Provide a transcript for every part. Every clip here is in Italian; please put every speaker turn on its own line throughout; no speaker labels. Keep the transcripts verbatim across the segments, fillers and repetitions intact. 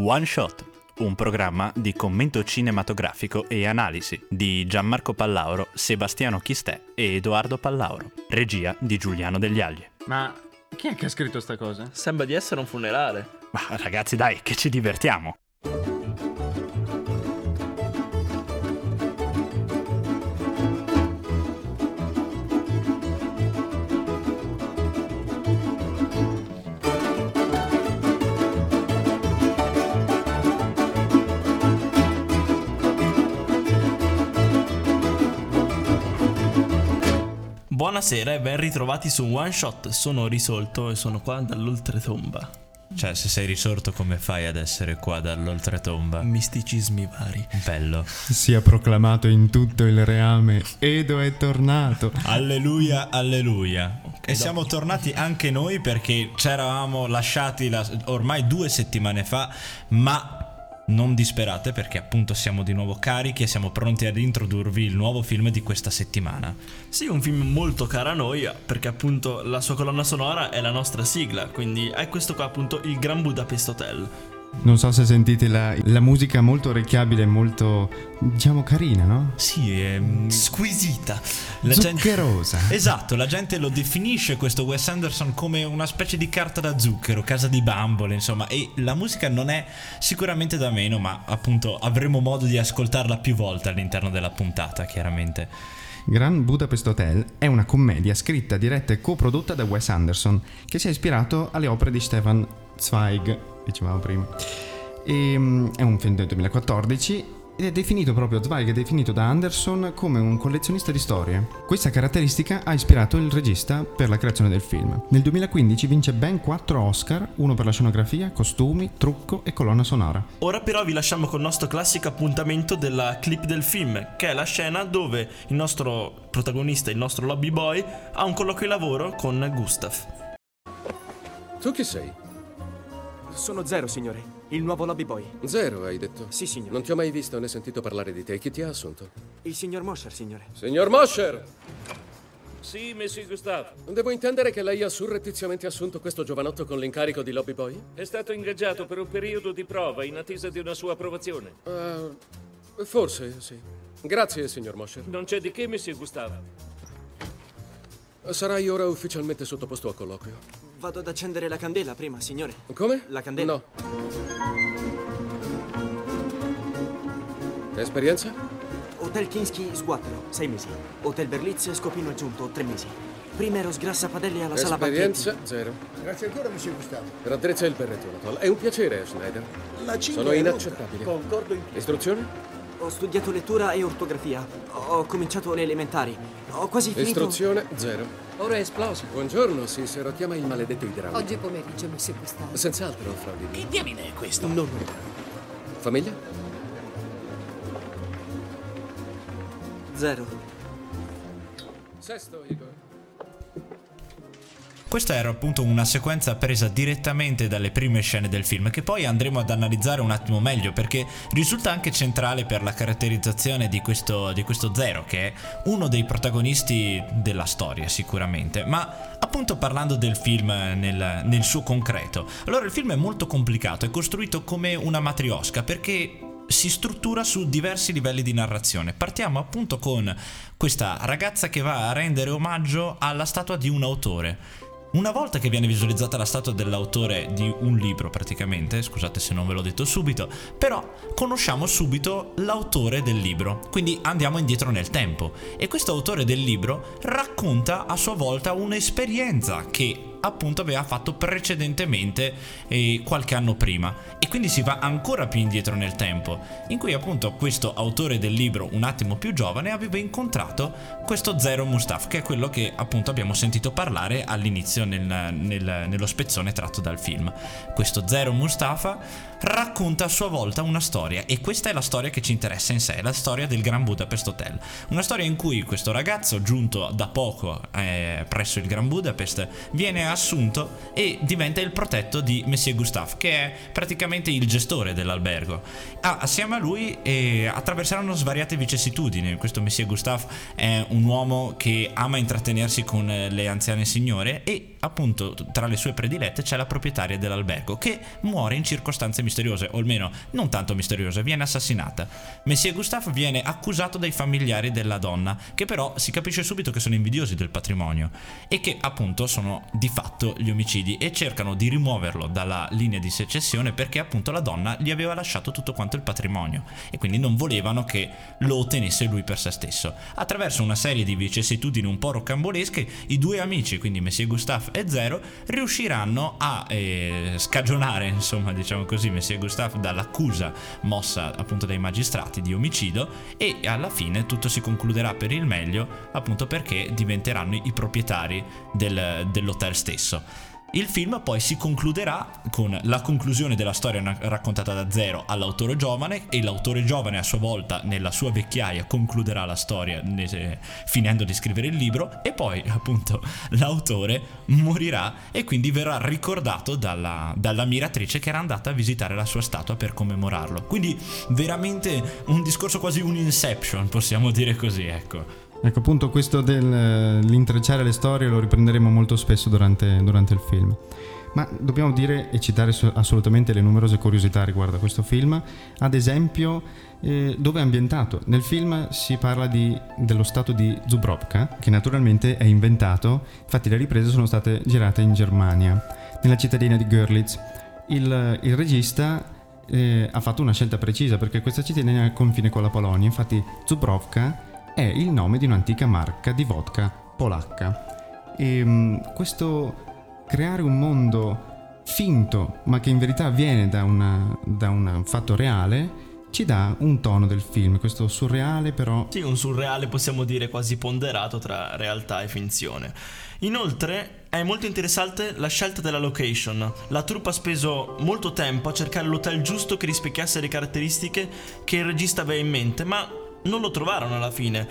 One Shot, un programma di commento cinematografico e analisi di Gianmarco Pallauro, Sebastiano Chistè e Edoardo Pallauro, regia di Giuliano Degli Agli.
Ma chi è che ha scritto sta cosa?
Sembra di essere un funerale.
Ma ragazzi, dai, che ci divertiamo!
Buonasera e ben ritrovati su One Shot. Sono risolto e sono qua dall'oltretomba.
Cioè, se sei risorto, come fai ad essere qua dall'oltretomba?
Misticismi vari.
Bello.
Sia proclamato in tutto il reame, Edo è tornato.
Alleluia, alleluia.
Okay,
e siamo
dopo.
tornati anche noi perché ci eravamo lasciati la, ormai due settimane fa, ma non disperate perché appunto siamo di nuovo carichi e siamo pronti ad introdurvi il nuovo film di questa settimana.
Sì, un film molto caro a noi perché appunto la sua colonna sonora è la nostra sigla, quindi è questo qua appunto il Grand Budapest Hotel.
Non so se sentite la, la musica molto orecchiabile, molto, diciamo, carina, no?
Sì, è
squisita,
la
zuccherosa.
Gente... Esatto, la gente lo definisce questo Wes Anderson come una specie di carta da zucchero, casa di bambole, insomma, e la musica non è sicuramente da meno, ma appunto avremo modo di ascoltarla più volte all'interno della puntata, chiaramente.
Grand Budapest Hotel è una commedia scritta, diretta e coprodotta da Wes Anderson, che si è ispirato alle opere di Stefan Zweig, dicevamo prima. E, um, è un film del duemilaquattordici ed è definito proprio, Zweig è definito da Anderson come un collezionista di storie. Questa caratteristica ha ispirato il regista per la creazione del film. Nel duemilaquindici vince ben quattro Oscar, uno per la scenografia, costumi, trucco e colonna sonora.
Ora però vi lasciamo col nostro classico appuntamento della clip del film, che è la scena dove il nostro protagonista, il nostro lobby boy, ha un colloquio di lavoro con Gustav.
Tu chi sei?
Sono Zero, signore, il nuovo lobby boy.
Zero, hai detto?
Sì, signore.
Non ti ho mai visto né sentito parlare di te. Chi ti ha assunto?
Il signor Mosher, signore.
Signor Mosher!
Sì, Monsieur Gustave.
Devo intendere che lei ha surrettiziamente assunto questo giovanotto con l'incarico di lobby boy?
È stato ingaggiato per un periodo di prova in attesa di una sua approvazione.
Uh, forse, sì. Grazie, signor Mosher.
Non c'è di che, Monsieur Gustave.
Sarai ora ufficialmente sottoposto a colloquio.
Vado ad accendere la candela prima, signore.
Come?
La candela?
No. Esperienza?
Hotel Kinsky Sguattero, sei mesi. Hotel Berlitz Scopino Aggiunto, tre mesi. Prima ero sgrassapadelli alla sala banchetti.
Esperienza zero.
Grazie ancora, Monsieur Gustavo.
Raddrezza il berretto, Tol. È un piacere, Schneider.
La ciglia
Sono
è
inaccettabili.
lunga. Concordo in pieno.
Istruzione?
Ho studiato lettura e ortografia. Ho cominciato le elementari. Ho quasi finito...
Istruzione zero.
Ora è esploso.
Buongiorno, Sincero. Chiama il maledetto idraulico.
Oggi pomeriggio, Monsieur Gustavo.
Senz'altro, Frau Lini.
Che diamine è questo?
Non lo è. Famiglia?
Zero.
Sesto, Igor.
Questa era appunto una sequenza presa direttamente dalle prime scene del film, che poi andremo ad analizzare un attimo meglio perché risulta anche centrale per la caratterizzazione di questo, di questo Zero, che è uno dei protagonisti della storia sicuramente, ma appunto parlando del film nel, nel suo concreto. Allora, il film è molto complicato, è costruito come una matriosca perché si struttura su diversi livelli di narrazione. Partiamo appunto con questa ragazza che va a rendere omaggio alla statua di un autore. Una volta che viene visualizzata la statua dell'autore di un libro praticamente, scusate se non ve l'ho detto subito, però conosciamo subito l'autore del libro, quindi andiamo indietro nel tempo e questo autore del libro racconta a sua volta un'esperienza che appunto aveva fatto precedentemente eh, qualche anno prima e quindi si va ancora più indietro nel tempo in cui appunto questo autore del libro un attimo più giovane aveva incontrato questo Zero Mustaf, che è quello che appunto abbiamo sentito parlare all'inizio nel, nel, nello spezzone tratto dal film. Questo Zero Mustafa racconta a sua volta una storia e questa è la storia che ci interessa in sé, la storia del Grand Budapest Hotel, una storia in cui questo ragazzo giunto da poco eh, presso il Grand Budapest viene assunto e diventa il protetto di Monsieur Gustave, che è praticamente il gestore dell'albergo. Ah, assieme a lui eh, attraverseranno svariate vicissitudini. Questo Monsieur Gustave è un uomo che ama intrattenersi con le anziane signore e appunto tra le sue predilette c'è la proprietaria dell'albergo, che muore in circostanze misteriose, o almeno non tanto misteriose, viene assassinata. Monsieur Gustave viene accusato dai familiari della donna, che però si capisce subito che sono invidiosi del patrimonio e che appunto sono di fatto gli omicidi, e cercano di rimuoverlo dalla linea di successione perché appunto la donna gli aveva lasciato tutto quanto il patrimonio e quindi non volevano che lo ottenesse lui per se stesso. Attraverso una serie di vicissitudini un po' rocambolesche, i due amici, quindi Monsieur Gustave e Zero, riusciranno a eh, scagionare, insomma diciamo così, Monsieur Gustave dall'accusa mossa appunto dai magistrati di omicidio, e alla fine tutto si concluderà per il meglio, appunto perché diventeranno i proprietari del, dell'hotel stesso. Il film poi si concluderà con la conclusione della storia raccontata da Zero all'autore giovane, e l'autore giovane a sua volta nella sua vecchiaia concluderà la storia eh, finendo di scrivere il libro, e poi appunto l'autore morirà e quindi verrà ricordato dalla, dall'ammiratrice che era andata a visitare la sua statua per commemorarlo. Quindi veramente un discorso quasi un Inception, possiamo dire così, ecco.
Ecco, appunto questo dell'intrecciare le storie lo riprenderemo molto spesso durante, durante il film. Ma dobbiamo dire e citare assolutamente le numerose curiosità riguardo a questo film. Ad esempio, eh, dove è ambientato? Nel film si parla di, dello stato di Zubrovka, che naturalmente è inventato. Infatti le riprese sono state girate in Germania, nella cittadina di Görlitz. Il, il regista eh, ha fatto una scelta precisa, perché questa cittadina è al confine con la Polonia. Infatti Zubrovka è il nome di un'antica marca di vodka polacca. E um, questo creare un mondo finto, ma che in verità viene da, una, da un fatto reale, ci dà un tono del film, questo surreale però...
Sì, un surreale possiamo dire quasi ponderato tra realtà e finzione. Inoltre è molto interessante la scelta della location. La troupe ha speso molto tempo a cercare l'hotel giusto che rispecchiasse le caratteristiche che il regista aveva in mente, ma non lo trovarono alla fine.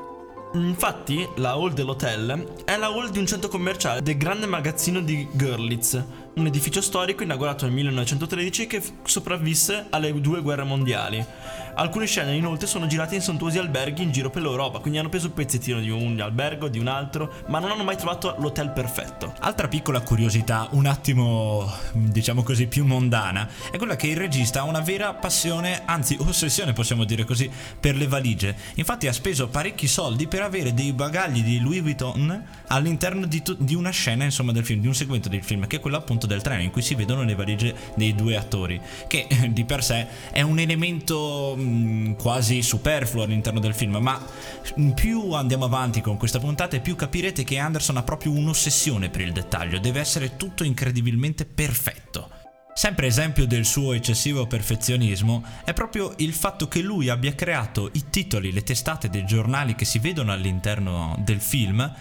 Infatti la hall dell'hotel è la hall di un centro commerciale del grande magazzino di Görlitz, un edificio storico inaugurato nel millenovecentotredici che sopravvisse alle due guerre mondiali. Alcune scene inoltre sono girate in sontuosi alberghi in giro per l'Europa, quindi hanno preso un pezzettino di un albergo, di un altro, ma non hanno mai trovato l'hotel perfetto.
Altra piccola curiosità, un attimo diciamo così più mondana, è quella che il regista ha una vera passione, anzi ossessione possiamo dire così, per le valigie. Infatti ha speso parecchi soldi per avere dei bagagli di Louis Vuitton all'interno di, to- di una scena insomma del film, di un segmento del film, che è quello appunto del treno in cui si vedono le valigie dei due attori, che di per sé è un elemento mh, quasi superfluo all'interno del film, ma più andiamo avanti con questa puntata e più capirete che Anderson ha proprio un'ossessione per il dettaglio, deve essere tutto incredibilmente perfetto. Sempre esempio del suo eccessivo perfezionismo è proprio il fatto che lui abbia creato i titoli, le testate dei giornali che si vedono all'interno del film,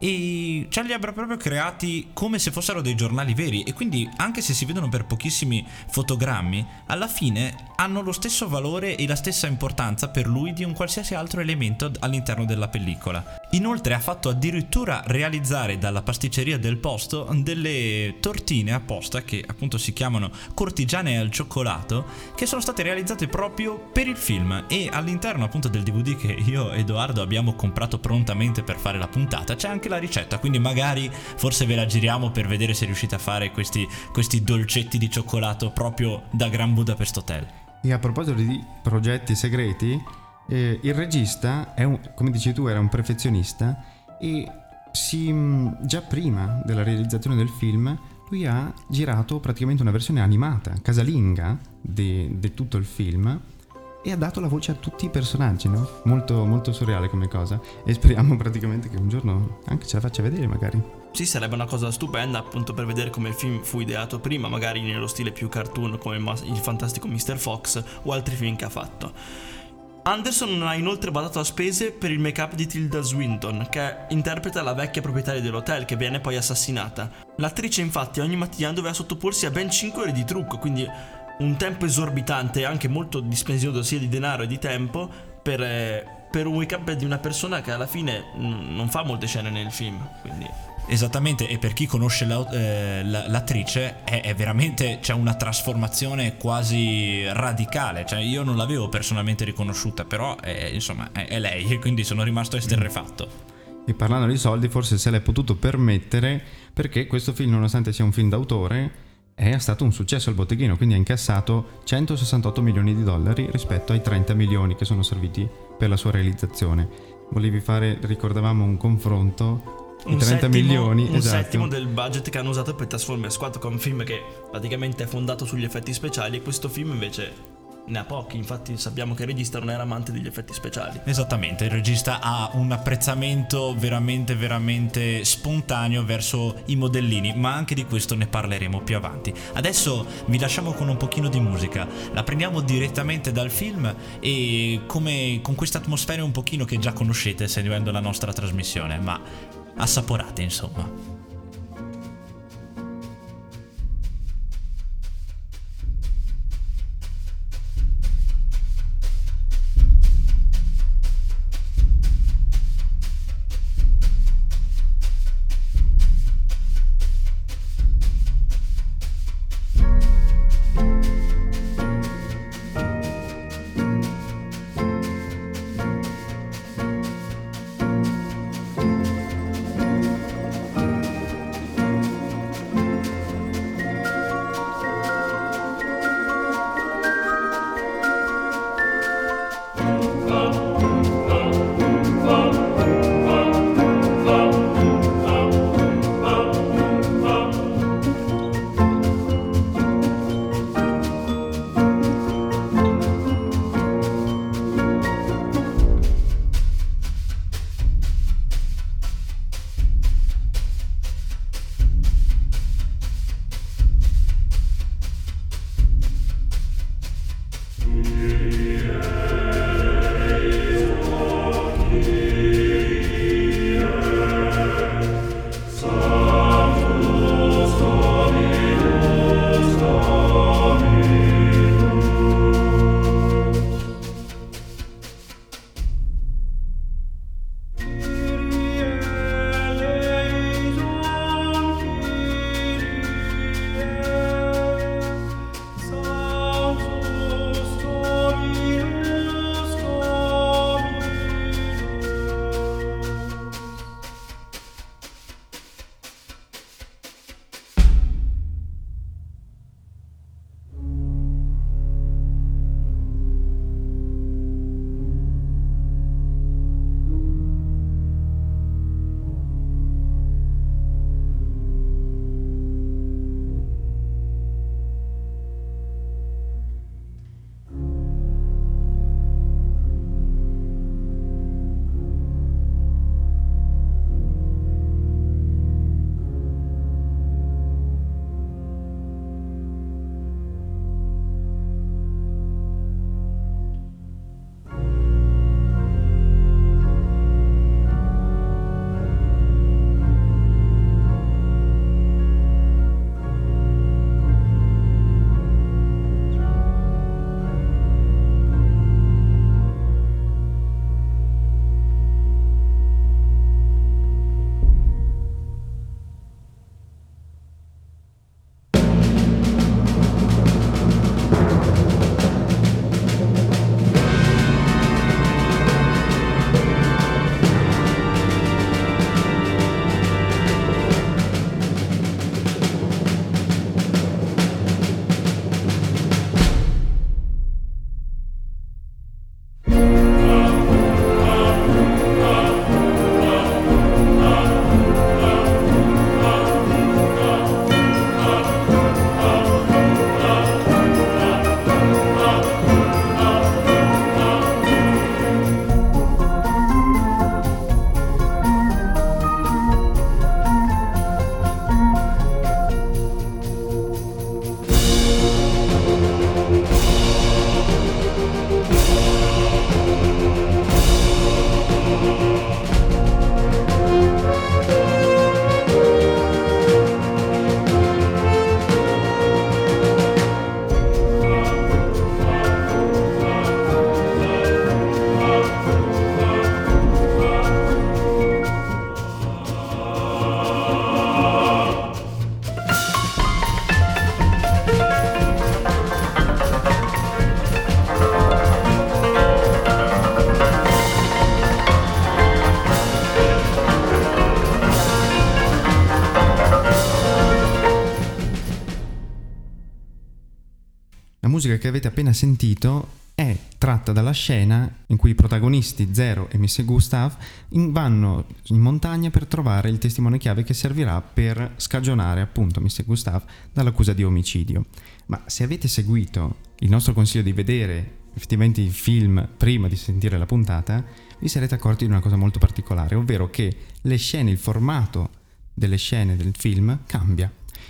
e ce li avrà proprio creati come se fossero dei giornali veri, e quindi anche se si vedono per pochissimi fotogrammi, alla fine hanno lo stesso valore e la stessa importanza per lui di un qualsiasi altro elemento all'interno della pellicola. Inoltre ha fatto addirittura realizzare dalla pasticceria del posto delle tortine apposta che appunto si chiamano cortigiane al cioccolato, che sono state realizzate proprio per il film, e all'interno appunto del D V D che io e Edoardo abbiamo comprato prontamente per fare la puntata c'è anche la ricetta, quindi magari forse ve la giriamo per vedere se riuscite a fare questi, questi dolcetti di cioccolato proprio da Grand Budapest Hotel.
E a proposito di progetti segreti, eh, il regista è un, come dici tu, era un perfezionista, e si, già prima della realizzazione del film lui ha girato praticamente una versione animata, casalinga di tutto il film, e ha dato la voce a tutti i personaggi, no? Molto, molto surreale come cosa, e speriamo praticamente che un giorno anche ce la faccia vedere magari.
Sì, sarebbe una cosa stupenda appunto per vedere come il film fu ideato prima, magari nello stile più cartoon come il fantastico mister Fox o altri film che ha fatto. Anderson ha inoltre badato a spese per il make-up di Tilda Swinton, che interpreta la vecchia proprietaria dell'hotel che viene poi assassinata. L'attrice infatti ogni mattina doveva sottoporsi a ben cinque ore di trucco, quindi un tempo esorbitante e anche molto dispendioso sia di denaro e di tempo per eh, per un wake up di una persona che alla fine n- non fa molte scene nel film, quindi...
Esattamente, e per chi conosce la, eh, la- l'attrice è, è veramente, c'è una trasformazione quasi radicale, cioè io non l'avevo personalmente riconosciuta, però è, insomma è, è lei, e quindi sono rimasto esterrefatto.
E parlando di soldi, forse se l'è potuto permettere perché questo film, nonostante sia un film d'autore, è stato un successo al botteghino, quindi ha incassato centosessantotto milioni di dollari rispetto ai trenta milioni che sono serviti per la sua realizzazione. Volevi fare, ricordavamo, un confronto. I
Un
trenta
settimo,
milioni,
un
esatto.
settimo del budget che hanno usato per Transformers quattro, che è un film che praticamente è fondato sugli effetti speciali, e questo film invece ne ha pochi. Infatti sappiamo che il regista non era amante degli effetti speciali.
Esattamente, il regista ha un apprezzamento veramente veramente spontaneo verso i modellini, ma anche di questo ne parleremo più avanti. Adesso vi lasciamo con un pochino di musica, la prendiamo direttamente dal film e come con questa atmosfera un pochino che già conoscete seguendo la nostra trasmissione, ma assaporate insomma.
musica che avete appena sentito è tratta dalla scena in cui i protagonisti Zero e mister Gustav in- vanno in montagna per trovare il testimone chiave che servirà per scagionare appunto mister Gustav dall'accusa di omicidio. Ma se avete seguito il nostro consiglio di vedere effettivamente il film prima di sentire la puntata, vi sarete accorti di una cosa molto particolare, ovvero che le scene, il formato delle scene del film cambia.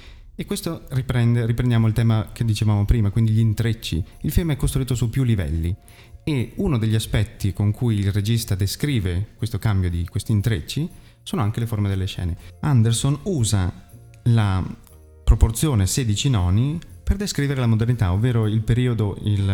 E questo riprende, riprendiamo il tema che dicevamo prima, quindi gli intrecci. Il film è costruito su più livelli e uno degli aspetti con cui il regista descrive questo cambio di questi intrecci sono anche le forme delle scene. Anderson usa la proporzione sedici noni per descrivere la modernità, ovvero il periodo, il,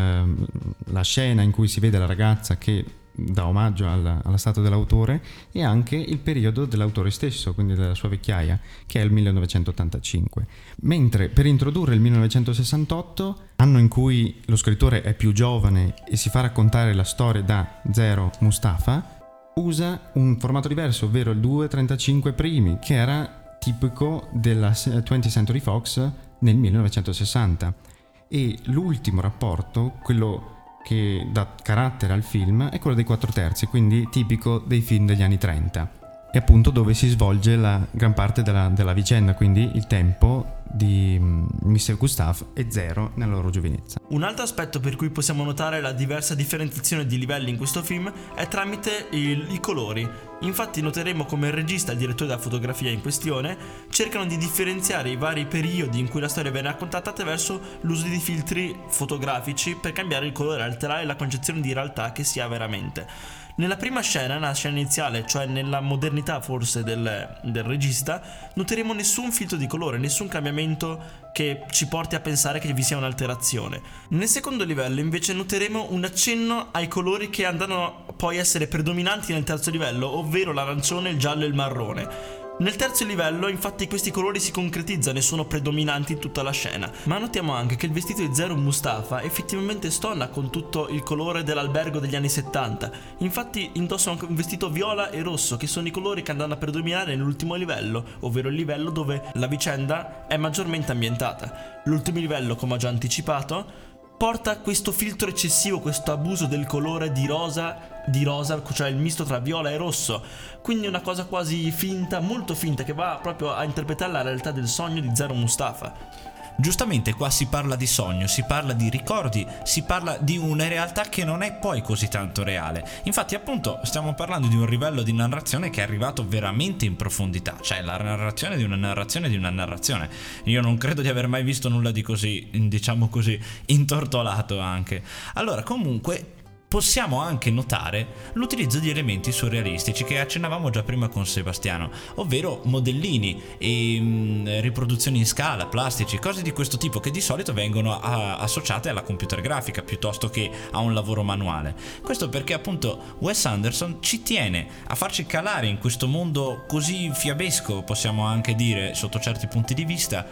la scena in cui si vede la ragazza che dà omaggio alla, alla statua dell'autore, e anche il periodo dell'autore stesso, quindi della sua vecchiaia, che è il millenovecentottantacinque. Mentre per introdurre il millenovecentosessantotto, anno in cui lo scrittore è più giovane e si fa raccontare la storia da Zero Mustafa, usa un formato diverso, ovvero il due trentacinque primi, che era tipico della twentieth Century Fox nel millenovecentosessanta. E l'ultimo rapporto, quello che dà carattere al film, è quello dei quattro terzi, quindi tipico dei film degli anni trenta, e appunto dove si svolge la gran parte della, della vicenda, quindi il tempo di mister Gustav e Zero nella loro giovinezza.
Un altro aspetto per cui possiamo notare la diversa differenziazione di livelli in questo film è tramite il, i colori. Infatti noteremo come il regista e il direttore della fotografia in questione cercano di differenziare i vari periodi in cui la storia viene raccontata attraverso l'uso di filtri fotografici per cambiare il colore, alterare la concezione di realtà che si ha veramente. Nella prima scena, nella scena iniziale, cioè nella modernità forse del, del regista, noteremo nessun filtro di colore, nessun cambiamento che ci porti a pensare che vi sia un'alterazione. Nel secondo livello invece noteremo un accenno ai colori che andranno poi a essere predominanti nel terzo livello, ovvero l'arancione, il giallo e il marrone. Nel terzo livello infatti questi colori si concretizzano e sono predominanti in tutta la scena, ma notiamo anche che il vestito di Zero Mustafa effettivamente stona con tutto il colore dell'albergo degli anni settanta. Infatti indossa anche un vestito viola e rosso, che sono i colori che andranno a predominare nell'ultimo livello, ovvero il livello dove la vicenda è maggiormente ambientata. L'ultimo livello, come ho già anticipato, porta questo filtro eccessivo, questo abuso del colore di rosa, di rosa, cioè il misto tra viola e rosso, quindi una cosa quasi finta, molto finta, che va proprio a interpretare la realtà del sogno di Zero Mustafa.
Giustamente qua si parla di sogno, si parla di ricordi, si parla di una realtà che non è poi così tanto reale. Infatti appunto stiamo parlando di un livello di narrazione che è arrivato veramente in profondità, cioè la narrazione di una narrazione di una narrazione. Io non credo di aver mai visto nulla di così, diciamo così, intortolato anche. Allora comunque possiamo anche notare l'utilizzo di elementi surrealistici che accennavamo già prima con Sebastiano, ovvero modellini e mh, riproduzioni in scala, plastici, cose di questo tipo che di solito vengono a- associate alla computer grafica piuttosto che a un lavoro manuale. Questo perché appunto Wes Anderson ci tiene a farci calare in questo mondo così fiabesco, possiamo anche dire sotto certi punti di vista,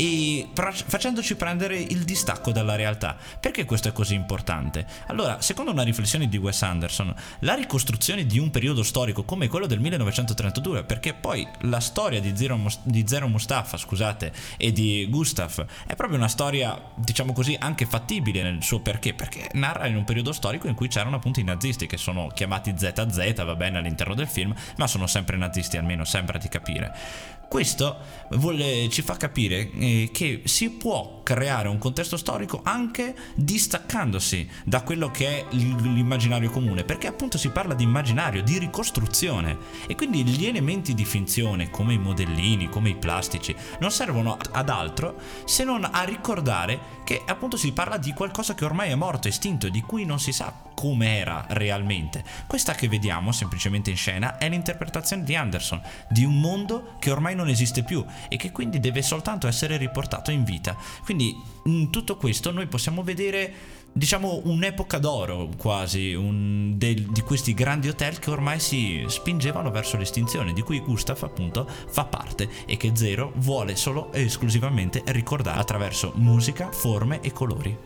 e pra- facendoci prendere il distacco dalla realtà. Perché questo è così importante? Allora, secondo una riflessioni di Wes Anderson, la ricostruzione di un periodo storico come quello del millenovecentotrentadue, perché poi la storia di Zero, di Zero Mustafa, scusate, e di Gustav è proprio una storia, diciamo così, anche fattibile nel suo perché, perché narra in un periodo storico in cui c'erano appunto i nazisti, che sono chiamati Z Z, va bene, all'interno del film, ma sono sempre nazisti, almeno sembra di capire. Questo vuole, ci fa capire eh, che si può creare un contesto storico anche distaccandosi da quello che è l'immaginario comune, perché appunto si parla di immaginario, di ricostruzione, e quindi gli elementi di finzione come i modellini, come i plastici non servono ad altro se non a ricordare che appunto si parla di qualcosa che ormai è morto, estinto, e di cui non si sa come era realmente. Questa che vediamo semplicemente in scena è l'interpretazione di Anderson di un mondo che ormai non esiste più e che quindi deve soltanto essere riportato in vita. Quindi in tutto questo noi possiamo vedere, diciamo, un'epoca d'oro quasi un, del, di questi grandi hotel che ormai si spingevano verso l'estinzione, di cui Gustav appunto fa parte e che Zero vuole solo e esclusivamente ricordare attraverso musica, forme e colori.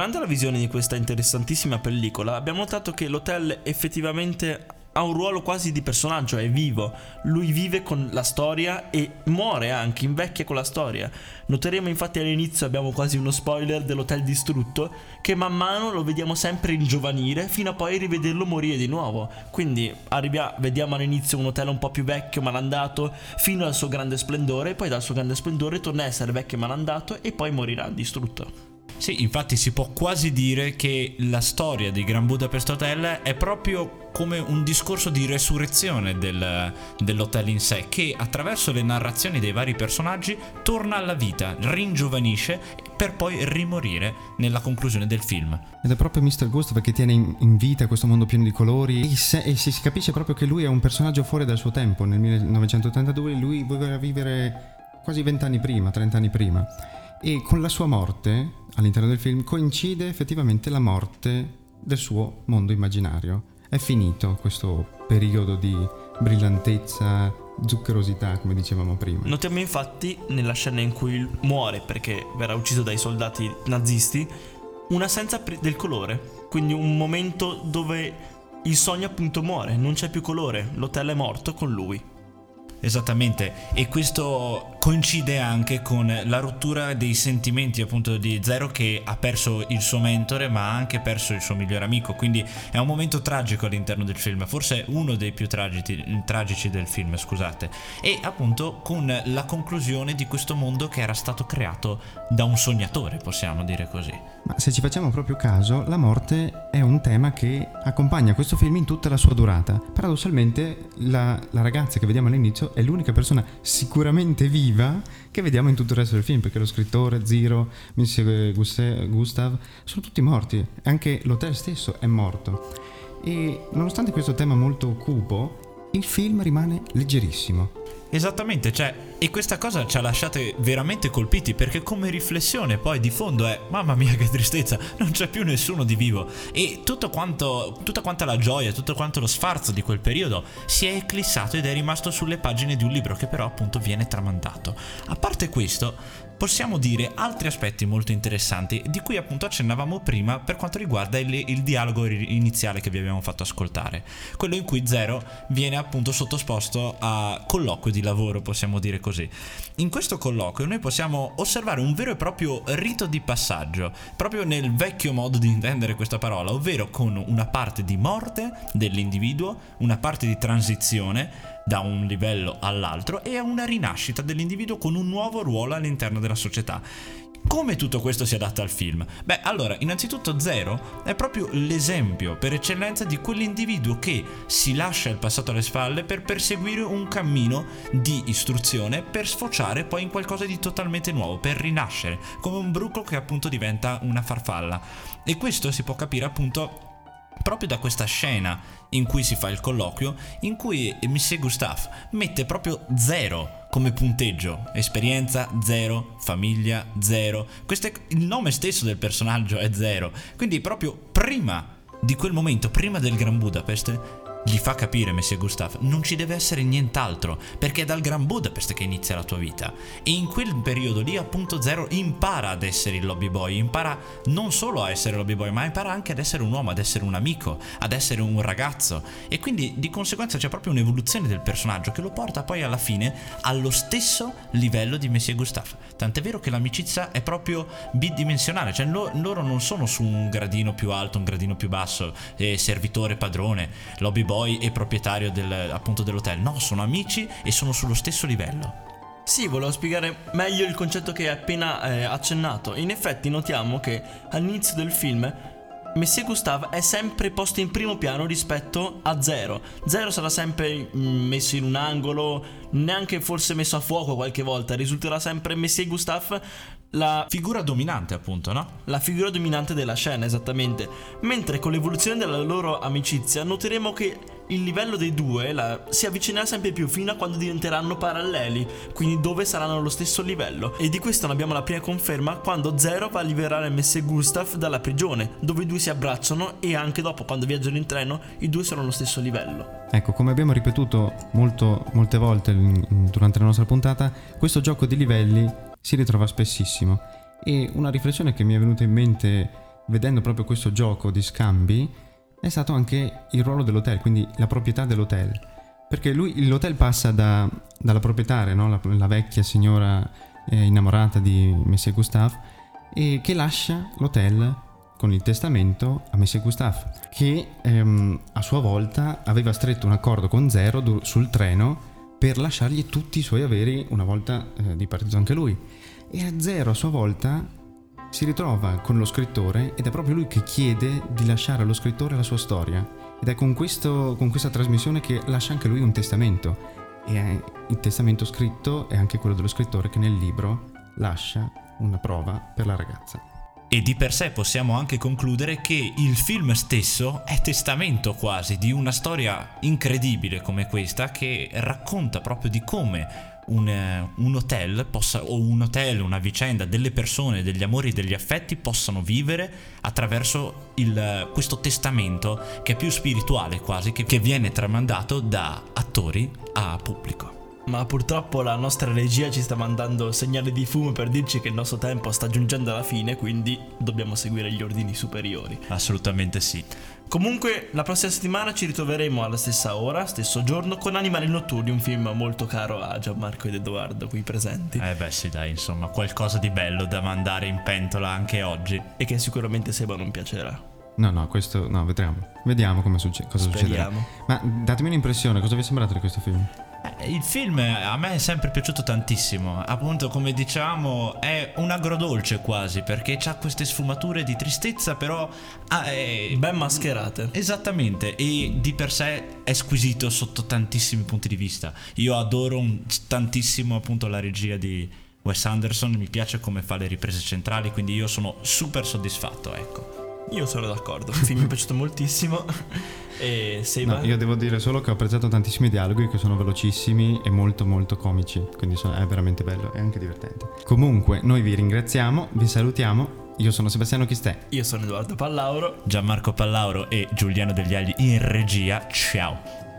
Durante la visione di questa interessantissima pellicola abbiamo notato che l'hotel effettivamente ha un ruolo quasi di personaggio, è vivo, lui vive con la storia e muore anche, invecchia con la storia. Noteremo infatti all'inizio, abbiamo quasi uno spoiler dell'hotel distrutto, che man mano lo vediamo sempre ringiovanire fino a poi rivederlo morire di nuovo. Quindi arriviamo, vediamo all'inizio un hotel un po' più vecchio, malandato, fino al suo grande splendore, poi dal suo grande splendore torna a essere vecchio e malandato e poi morirà distrutto.
Sì, infatti si può quasi dire che la storia di Grand Budapest Hotel è proprio come un discorso di resurrezione del, dell'hotel in sé, che attraverso le narrazioni dei vari personaggi torna alla vita, ringiovanisce per poi rimorire nella conclusione del film.
Ed è proprio mister Gustav che tiene in, in vita questo mondo pieno di colori e, se, e si capisce proprio che lui è un personaggio fuori dal suo tempo. Nel millenovecentottantadue lui voleva vivere quasi vent'anni prima, trent'anni prima. E con la sua morte, all'interno del film, coincide effettivamente la morte del suo mondo immaginario. È finito questo periodo di brillantezza, zuccherosità, come dicevamo prima.
Notiamo infatti nella scena in cui muore perché verrà ucciso dai soldati nazisti un'assenza del colore, quindi un momento dove il sogno appunto muore, non c'è più colore, l'hotel è morto con lui.
Esattamente, e questo coincide anche con la rottura dei sentimenti appunto di Zero, che ha perso il suo mentore ma ha anche perso il suo migliore amico, quindi è un momento tragico all'interno del film, forse uno dei più tragici, tragici del film, scusate, e appunto con la conclusione di questo mondo che era stato creato da un sognatore, possiamo dire così.
Ma se ci facciamo proprio caso, la morte è un tema che accompagna questo film in tutta la sua durata. Paradossalmente la, la ragazza che vediamo all'inizio è l'unica persona sicuramente viva che vediamo in tutto il resto del film, perché lo scrittore, Zero, mister Gustav sono tutti morti, anche l'hotel stesso è morto. E nonostante questo tema molto cupo, il film rimane leggerissimo.
Esattamente, cioè, e questa cosa ci ha lasciate veramente colpiti, perché come riflessione poi di fondo è: mamma mia che tristezza, non c'è più nessuno di vivo. E tutto quanto, tutta quanta la gioia, tutto quanto lo sfarzo di quel periodo si è eclissato ed è rimasto sulle pagine di un libro che però appunto viene tramandato. A parte questo, possiamo dire altri aspetti molto interessanti di cui appunto accennavamo prima per quanto riguarda il, il dialogo iniziale che vi abbiamo fatto ascoltare, quello in cui Zero viene appunto sottoposto a colloquio di lavoro, possiamo dire così. In questo colloquio noi possiamo osservare un vero e proprio rito di passaggio, proprio nel vecchio modo di intendere questa parola, ovvero con una parte di morte dell'individuo, una parte di transizione da un livello all'altro e una rinascita dell'individuo con un nuovo ruolo all'interno della società. Come tutto questo si adatta al film? Beh, allora, innanzitutto Zero è proprio l'esempio per eccellenza di quell'individuo che si lascia il passato alle spalle per perseguire un cammino di istruzione, per sfociare poi in qualcosa di totalmente nuovo, per rinascere, come un bruco che appunto diventa una farfalla. E questo si può capire appunto proprio da questa scena in cui si fa il colloquio, in cui mister Gustav mette proprio zero come punteggio, esperienza zero, famiglia zero, questo è, il nome stesso del personaggio è Zero, quindi proprio prima di quel momento, prima del Grand Budapest, gli fa capire mister Gustav: non ci deve essere nient'altro, perché è dal Grand Budapest che inizia la tua vita. E in quel periodo lì appunto Zero impara ad essere il lobby boy, impara non solo a essere lobby boy, ma impara anche ad essere un uomo, ad essere un amico, ad essere un ragazzo, e quindi di conseguenza c'è proprio un'evoluzione del personaggio che lo porta poi alla fine allo stesso livello di mister Gustav. Tant'è vero che l'amicizia è proprio bidimensionale, cioè lo, loro non sono su un gradino più alto, un gradino più basso, eh, servitore, padrone, lobby boy boy e proprietario del, appunto dell'hotel. No, sono amici e sono sullo stesso livello.
Sì, volevo spiegare meglio il concetto che hai appena eh, accennato. In effetti notiamo che all'inizio del film mister Gustav è sempre posto in primo piano rispetto a Zero. Zero sarà sempre mh, messo in un angolo, neanche forse messo a fuoco qualche volta. Risulterà sempre mister Gustav la
figura dominante, appunto, no?
La figura dominante della scena, esattamente. Mentre con l'evoluzione della loro amicizia noteremo che il livello dei due la, si avvicinerà sempre più fino a quando diventeranno paralleli, quindi dove saranno allo stesso livello. E di questo ne abbiamo la prima conferma quando Zero va a liberare mister Gustav dalla prigione, dove i due si abbracciano, e anche dopo, quando viaggiano in treno, i due sono allo stesso livello.
Ecco, come abbiamo ripetuto molto, molte volte durante la nostra puntata, questo gioco di livelli si ritrova spessissimo. E una riflessione che mi è venuta in mente vedendo proprio questo gioco di scambi, è stato anche il ruolo dell'hotel, quindi la proprietà dell'hotel. Perché lui, l'hotel passa da, dalla proprietaria, no? la, la vecchia signora eh, innamorata di Monsieur Gustave, e che lascia l'hotel con il testamento a Monsieur Gustave, che ehm, a sua volta aveva stretto un accordo con Zero du- sul treno per lasciargli tutti i suoi averi una volta eh, dipartito anche lui. E a Zero a sua volta si ritrova con lo scrittore ed è proprio lui che chiede di lasciare allo scrittore la sua storia, ed è con, questo, con questa trasmissione che lascia anche lui un testamento, e è il testamento scritto è anche quello dello scrittore che nel libro lascia una prova per la ragazza.
E di per sé possiamo anche concludere che il film stesso è testamento quasi di una storia incredibile come questa, che racconta proprio di come un, un hotel possa, o un hotel, una vicenda, delle persone, degli amori, degli affetti possano vivere attraverso il, questo testamento che è più spirituale quasi, che, che viene tramandato da attori a pubblico.
Ma purtroppo la nostra regia ci sta mandando segnali di fumo per dirci che il nostro tempo sta giungendo alla fine, quindi dobbiamo seguire gli ordini superiori.
Assolutamente sì.
Comunque la prossima settimana ci ritroveremo alla stessa ora, stesso giorno, con Animali Notturni, un film molto caro a Gianmarco ed Edoardo qui presenti.
Eh beh sì, dai, insomma, qualcosa di bello da mandare in pentola anche oggi.
E che sicuramente Seba non piacerà.
No, no, questo no, vedremo. Vediamo come succe- cosa
Speriamo.
succederà. Ma datemi un'impressione, cosa vi è sembrato di questo film?
Eh, il film a me è sempre piaciuto tantissimo. Appunto, come diciamo, è un agrodolce quasi, perché c'ha queste sfumature di tristezza, però ah, è...
ben mascherate.
Esattamente, e di per sé è squisito sotto tantissimi punti di vista. Io adoro un, tantissimo appunto la regia di Wes Anderson, mi piace come fa le riprese centrali, quindi io sono super soddisfatto, ecco.
Io sono d'accordo, il film mi è piaciuto moltissimo. E Seba?
No, io devo dire solo che ho apprezzato tantissimi dialoghi che sono velocissimi e molto molto comici, quindi sono, è veramente bello e anche divertente. Comunque noi vi ringraziamo, vi salutiamo. Io sono Sebastiano Chistè.
Io sono Edoardo Pallauro.
Gianmarco Pallauro e Giuliano Degli Agli in regia. Ciao.